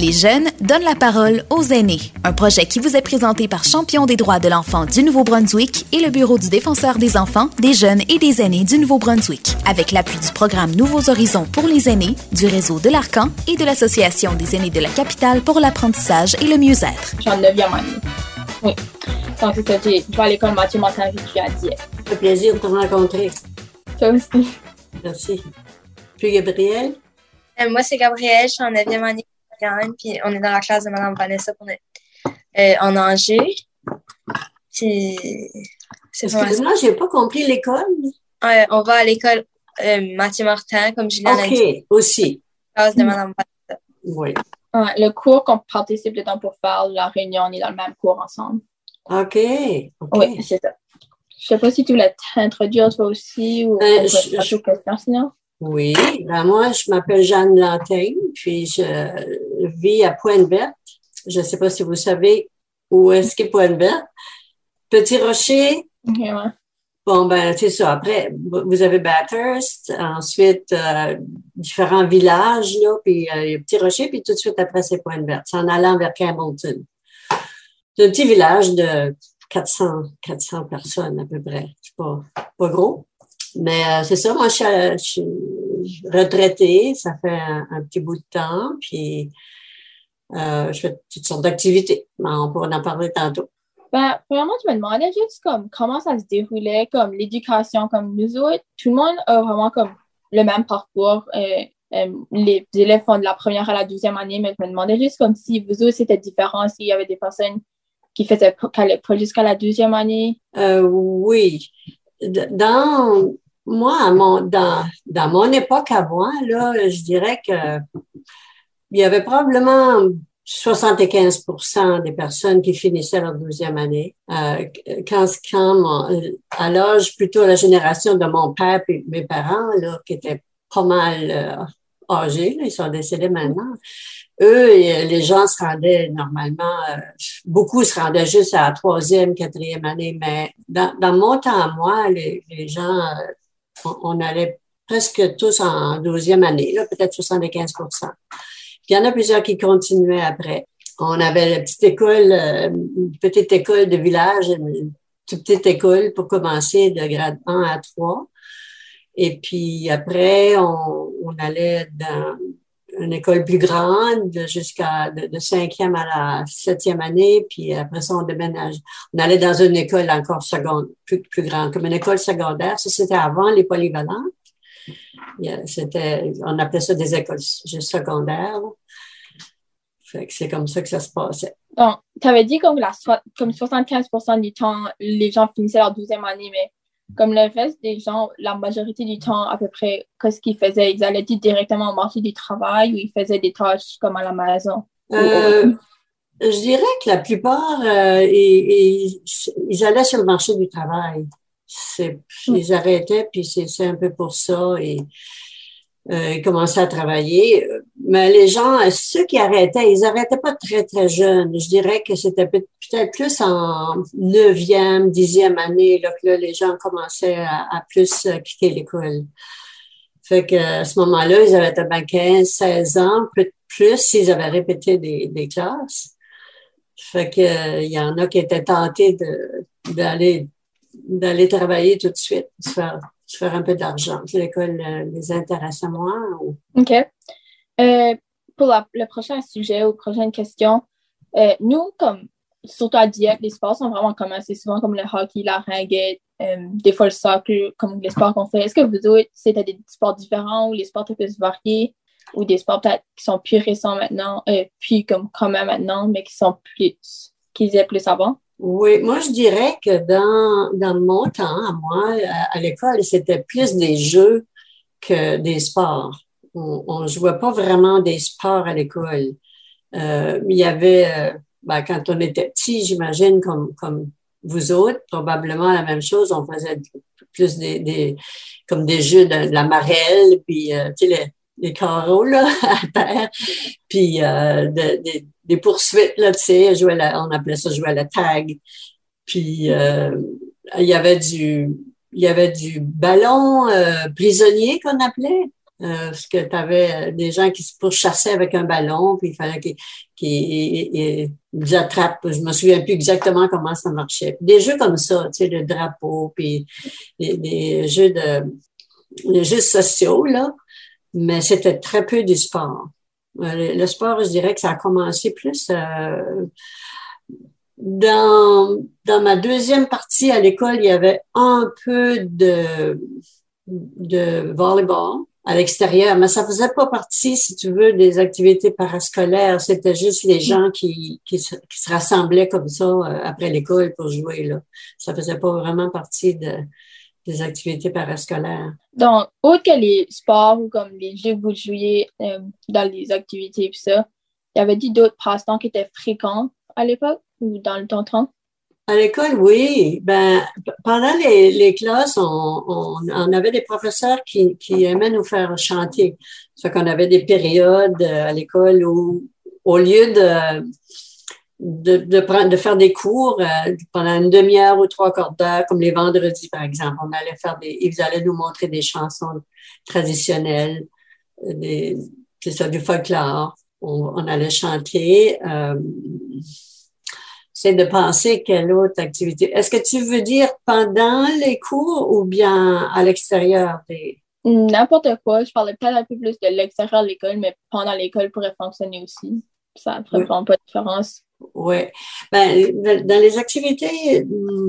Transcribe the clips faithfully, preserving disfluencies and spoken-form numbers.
Les jeunes donnent la parole aux aînés. Un projet qui vous est présenté par Champion des droits de l'enfant du Nouveau-Brunswick et le Bureau du défenseur des enfants, des jeunes et des aînés du Nouveau-Brunswick, avec l'appui du programme Nouveaux Horizons pour les aînés, du réseau de l'Arcan et de l'Association des aînés de la capitale pour l'apprentissage et le mieux-être. Je suis en neuvième année. Oui. Donc, c'est ça, je vais à l'école Mathieu Martin, je suis à Dieppe. Ça fait plaisir de te rencontrer. Toi aussi. Merci. Puis Gabrielle? Euh, moi, c'est Gabrielle, je suis en neuvième année, puis on est dans la classe de Mme Vanessa pour euh, en Angers. Puis, c'est Excuse-moi, je n'ai pas compris l'école. Euh, on va à l'école euh, Mathieu Martin, comme Julien a dit. OK, aussi. Classe de Mme Vanessa. Oui. Ouais, le cours qu'on participe le temps pour faire la réunion, on est dans le même cours ensemble. OK. okay. Oui, c'est ça. Je ne sais pas si tu voulais t'introduire toi aussi ou euh, je, je... question sinon. Oui, ben moi, je m'appelle Jeanne Lantaigne, puis je vis à Pointe-Verte. Je ne sais pas si vous savez où est-ce qu'est Pointe-Verte. Petit Rocher. OK, ouais. Bon, ben, c'est ça. Après, vous avez Bathurst, ensuite, euh, différents villages, là, puis euh, il y a Petit Rocher, puis tout de suite après, c'est Pointe-Verte. C'est en allant vers Campbellton. C'est un petit village de quatre cents, quatre cents personnes à peu près. C'est pas, pas gros. Mais euh, c'est ça, moi, je suis, je suis retraitée, ça fait un, un petit bout de temps, puis euh, je fais toutes sortes d'activités. On pourra en parler tantôt. Ben, premièrement, je me demandais juste comme comment ça se déroulait, comme l'éducation, comme nous autres. Tout le monde a vraiment comme le même parcours. Euh, euh, les élèves font de la première à la douzième année, mais je me demandais juste comme si vous autres, c'était différent, s'il y avait des personnes qui faisaient pas jusqu'à la douzième année. Euh, oui. Dans... Moi, à mon, dans, dans mon époque à moi, là, je dirais que il y avait probablement soixante-quinze pour cent des personnes qui finissaient leur douzième année. Euh, quand, quand mon, à l'âge plutôt la génération de mon père et mes parents, là, qui étaient pas mal euh, âgés, là, ils sont décédés maintenant. Eux, les gens se rendaient normalement, euh, beaucoup se rendaient juste à la troisième, quatrième année, mais dans, dans mon temps à moi, les, les gens euh, on allait presque tous en douzième année, là, peut-être soixante-quinze pour cent. Puis il y en a plusieurs qui continuaient après. On avait la petite école, une petite école de village, une toute petite école pour commencer de grade un à trois. Et puis après, on, on allait dans une école plus grande jusqu'à de, de cinquième à la septième année. Puis après ça, on déménage. On allait dans une école encore secondaire, plus, plus grande, comme une école secondaire. Ça, c'était avant les polyvalentes. C'était, on appelait ça des écoles juste secondaires. Fait que c'est comme ça que ça se passait. Donc, tu avais dit comme, la, comme soixante-quinze pour cent du temps, les gens finissaient leur douzième année, mais comme le reste des gens, la majorité du temps, à peu près, qu'est-ce qu'ils faisaient? Ils allaient directement au marché du travail ou ils faisaient des tâches comme à la maison? Euh, je dirais que la plupart, euh, ils, ils, ils allaient sur le marché du travail. C'est, ils arrêtaient, puis c'est, c'est un peu pour ça. Et, euh, ils commençaient à travailler. Mais les gens, ceux qui arrêtaient, ils arrêtaient pas très, très jeunes. Je dirais que c'était peut-être plus en neuvième, dixième année, là, que là, les gens commençaient à, à plus quitter l'école. Fait que, à ce moment-là, ils avaient peut-être quinze, seize ans, plus, plus s'ils avaient répété des, des classes. Fait que, il y en a qui étaient tentés de, d'aller, d'aller travailler tout de suite, se faire se faire un peu d'argent. L'école euh, les intéressait moins. Ou... OK. Euh, pour la, le prochain sujet ou prochaine question, euh, nous, comme surtout à Dieppe, les sports sont vraiment communs. C'est souvent comme le hockey, la ringuette, euh, des fois le soccer, comme les sports qu'on fait. Est-ce que vous autres, c'était des sports différents ou les sports un peu variés ou des sports peut-être qui sont plus récents maintenant, euh, puis comme communs maintenant, mais qui sont plus, qui étaient plus avant? Oui, moi, je dirais que dans, dans mon temps, à moi, à, à l'école, c'était plus des jeux que des sports. On ne jouait pas vraiment des sports à l'école. Euh, il y avait, euh, ben, quand on était petit, j'imagine, comme, comme vous autres, probablement la même chose. On faisait plus des, des comme des jeux de, de la marelle, puis, euh, tu sais, les, les carreaux, là, à terre, puis euh, de, de, des poursuites, là, tu sais, jouer la, on appelait ça jouer à la tag. Puis, euh, il y avait du, il y avait du ballon euh, prisonnier qu'on appelait. Euh, parce que tu avais des gens qui se pourchassaient avec un ballon, puis il fallait qu'ils qu'ils qu'ils attrapent. Je me souviens plus exactement comment ça marchait. Des jeux comme ça, tu sais, le drapeau, puis des, des jeux de des jeux sociaux, là, mais c'était très peu du sport. Le, le sport, je dirais que ça a commencé plus euh, dans, dans ma deuxième partie à l'école, il y avait un peu de, de volleyball à l'extérieur, mais ça faisait pas partie, si tu veux, des activités parascolaires. C'était juste les gens qui, qui, se, qui se rassemblaient comme ça euh, après l'école pour jouer, là. Ça faisait pas vraiment partie de, des activités parascolaires. Donc, autre que les sports ou comme les jeux que vous jouiez euh, dans les activités et ça, il y avait dit d'autres passe-temps qui étaient fréquents à l'époque ou dans le temps trente? À l'école, oui. Ben, pendant les, les classes, on, on, on avait des professeurs qui, qui aimaient nous faire chanter. Ça fait qu'on avait des périodes à l'école où, au lieu de, de, de prendre, de faire des cours euh, pendant une demi-heure ou trois quarts d'heure, comme les vendredis, par exemple, on allait faire des, ils allaient nous montrer des chansons traditionnelles, des, c'est ça, du folklore. On, on allait chanter, euh, c'est de penser quelle autre activité. Est-ce que tu veux dire pendant les cours ou bien à l'extérieur des... N'importe quoi. Je parlais peut-être un peu plus de l'extérieur de l'école, mais pendant l'école pourrait fonctionner aussi. Ça ne ferait Oui. vraiment pas de différence. Oui. Ben, dans les activités,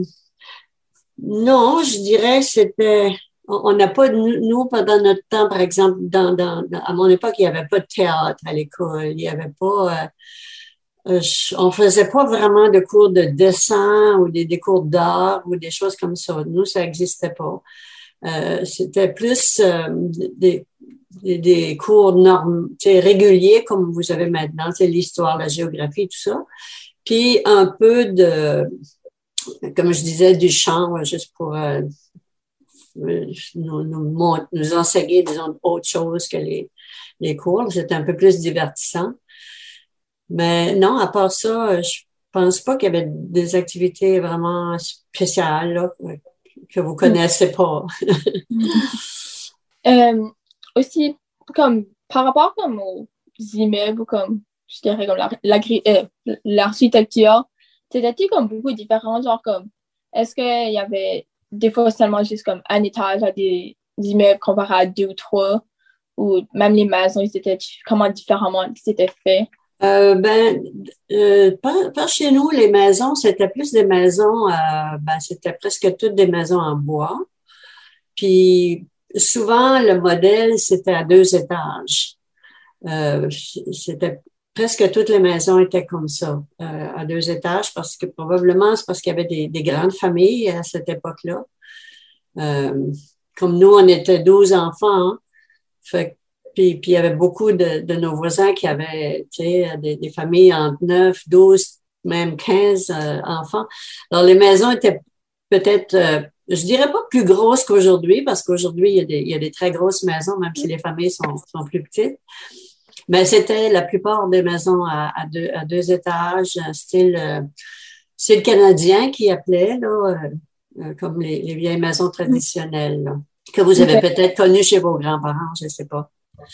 non, je dirais que c'était... On n'a pas, nous, pendant notre temps, par exemple, dans, dans, à mon époque, il n'y avait pas de théâtre à l'école. Il n'y avait pas... Euh, on faisait pas vraiment de cours de dessin ou des, des cours d'art ou des choses comme ça. Nous, ça n'existait pas. Euh, c'était plus euh, des, des, des cours normes, réguliers comme vous avez maintenant, c'est l'histoire, la géographie, tout ça. Puis un peu de, comme je disais, du chant, juste pour euh, nous, nous, nous enseigner, disons, autre chose que les, les cours. C'était un peu plus divertissant. Mais non, à part ça, je pense pas qu'il y avait des activités vraiment spéciales là, que vous connaissez pas. euh, aussi, comme par rapport comme aux immeubles ou comme, je dirais comme la, la, euh, l'architecture, c'était comme beaucoup différent, genre comme, est-ce qu'il y avait des fois seulement juste comme un étage à des, des immeubles comparé à deux ou trois, ou même les maisons, ils étaient comment différemment c'était fait? Euh, ben, euh, par, par chez nous, les maisons, c'était plus des maisons, euh, ben, c'était presque toutes des maisons en bois. Puis, souvent, le modèle, c'était à deux étages. Euh, c'était presque toutes les maisons étaient comme ça, euh, à deux étages, parce que probablement, c'est parce qu'il y avait des, des grandes familles à cette époque-là. Euh, comme nous, on était douze enfants, hein, fait Puis, puis il y avait beaucoup de, de nos voisins qui avaient, tu sais, des, des familles entre neuf, douze, même quinze euh, enfants. Alors, les maisons étaient peut-être, euh, je dirais pas plus grosses qu'aujourd'hui, parce qu'aujourd'hui, il y a des, il y a des très grosses maisons, même si les familles sont, sont plus petites. Mais c'était la plupart des maisons à, à, deux, à deux étages, un style, euh, style canadien qui appelait, là, euh, comme les, les vieilles maisons traditionnelles, là, que vous avez okay. peut-être connues chez vos grands-parents, je ne sais pas.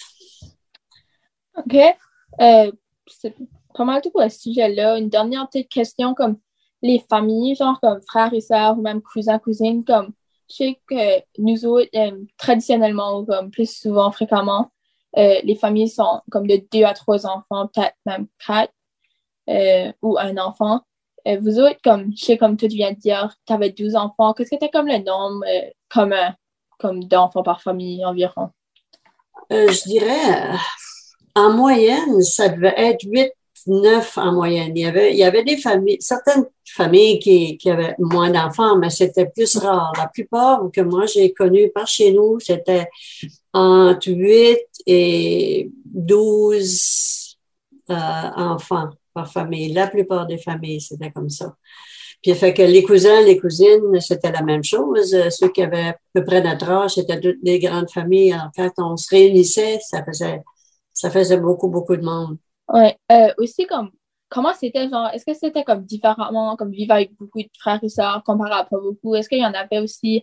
OK. Euh, c'est pas mal tout pour ce sujet-là. Une dernière petite question, comme les familles, genre comme frères et sœurs ou même cousins, cousines, comme je sais que nous autres, euh, traditionnellement ou comme plus souvent, fréquemment, euh, les familles sont comme de deux à trois enfants, peut-être même quatre euh, ou un enfant. Euh, vous autres, comme je sais, comme tu viens de dire, tu avais douze enfants. Qu'est-ce que tu as comme le nombre euh, commun comme d'enfants par famille environ? Euh, je dirais, euh, en moyenne, ça devait être huit, neuf en moyenne. Il y avait, il y avait des familles, certaines familles qui, qui avaient moins d'enfants, mais c'était plus rare. La plupart que moi j'ai connues par chez nous, c'était entre huit et douze euh, enfants par famille. La plupart des familles, c'était comme ça. Puis, fait que les cousins, les cousines, c'était la même chose. Ceux qui avaient à peu près notre âge, c'était toutes des grandes familles. En fait, on se réunissait, ça faisait, ça faisait beaucoup, beaucoup de monde. Ouais. Euh, aussi, comme, comment c'était, genre, est-ce que c'était comme différemment, comme vivre avec beaucoup de frères et sœurs comparé à pas beaucoup? Est-ce qu'il y en avait aussi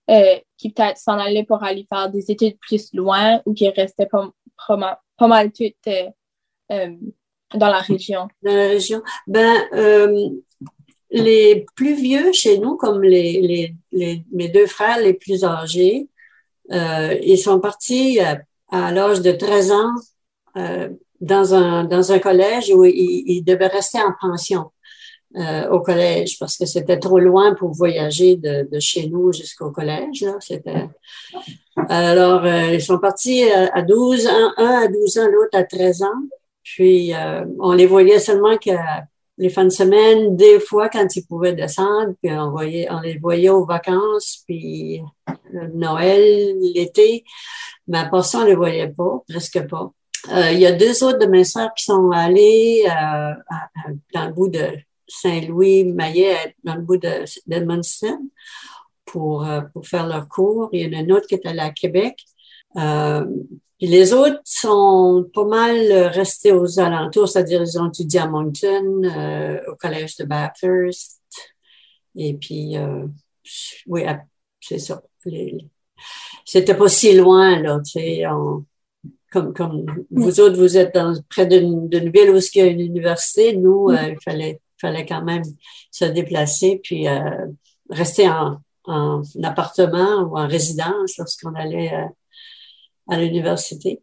euh, qui peut-être s'en allaient pour aller faire des études plus loin ou qui restaient pas, pas, pas mal toutes euh, euh, dans la région? Dans la région. Ben, euh, les plus vieux chez nous, comme les, les, les, mes deux frères les plus âgés, euh, ils sont partis à, à l'âge de treize ans euh, dans un, dans un collège où ils, ils devaient rester en pension. Euh, au collège parce que c'était trop loin pour voyager de, de chez nous jusqu'au collège. Là. C'était... Alors, euh, ils sont partis à, à douze ans, un à douze ans, l'autre à treize ans. Puis, euh, on les voyait seulement que les fins de semaine, des fois quand ils pouvaient descendre, puis on, voyait, on les voyait aux vacances, puis euh, Noël, l'été. Mais à part ça, on les voyait pas, presque pas. Euh, il y a deux autres de mes sœurs qui sont allées euh, à, à, dans le bout de Saint-Louis-Maillet, dans le bout de, d'Edmundston, pour, pour faire leur cours. Il y en a une autre qui est allée à Québec. Euh, puis les autres sont pas mal restés aux alentours, c'est-à-dire ils ont étudié à Moncton, euh, au collège de Bathurst. Et puis, euh, oui, c'est ça. Les, c'était pas si loin, là, tu sais, on, comme, comme vous autres, vous êtes dans, près d'une, d'une ville où il y a une université. Nous, euh, il fallait fallait quand même se déplacer puis euh, rester en, en appartement ou en résidence lorsqu'on allait euh, à l'université.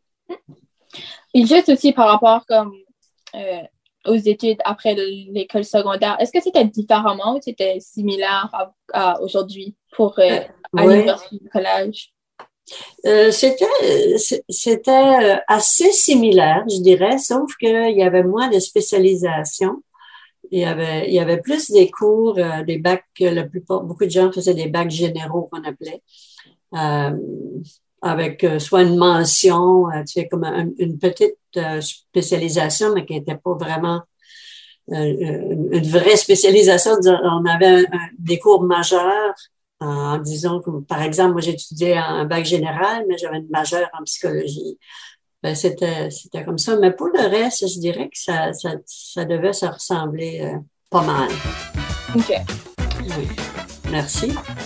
Et juste aussi par rapport comme euh, aux études après l'école secondaire, est-ce que c'était différemment ou c'était similaire à, à aujourd'hui pour euh, à oui. l'université du collège? Euh, c'était c'était assez similaire, je dirais, sauf qu'il y avait moins de spécialisation. Il y avait, il y avait plus des cours, euh, des bacs, la plupart, beaucoup de gens faisaient des bacs généraux qu'on appelait, euh, avec euh, soit une mention, euh, tu sais, comme un, une petite euh, spécialisation, mais qui n'était pas vraiment euh, une, une vraie spécialisation. On avait un, un, des cours majeurs, en disant que, par exemple, moi j'étudiais un bac général, mais j'avais une majeure en psychologie. Ben, c'était, c'était comme ça. Mais pour le reste, je dirais que ça, ça, ça devait se ressembler euh, pas mal. OK. Oui. Merci.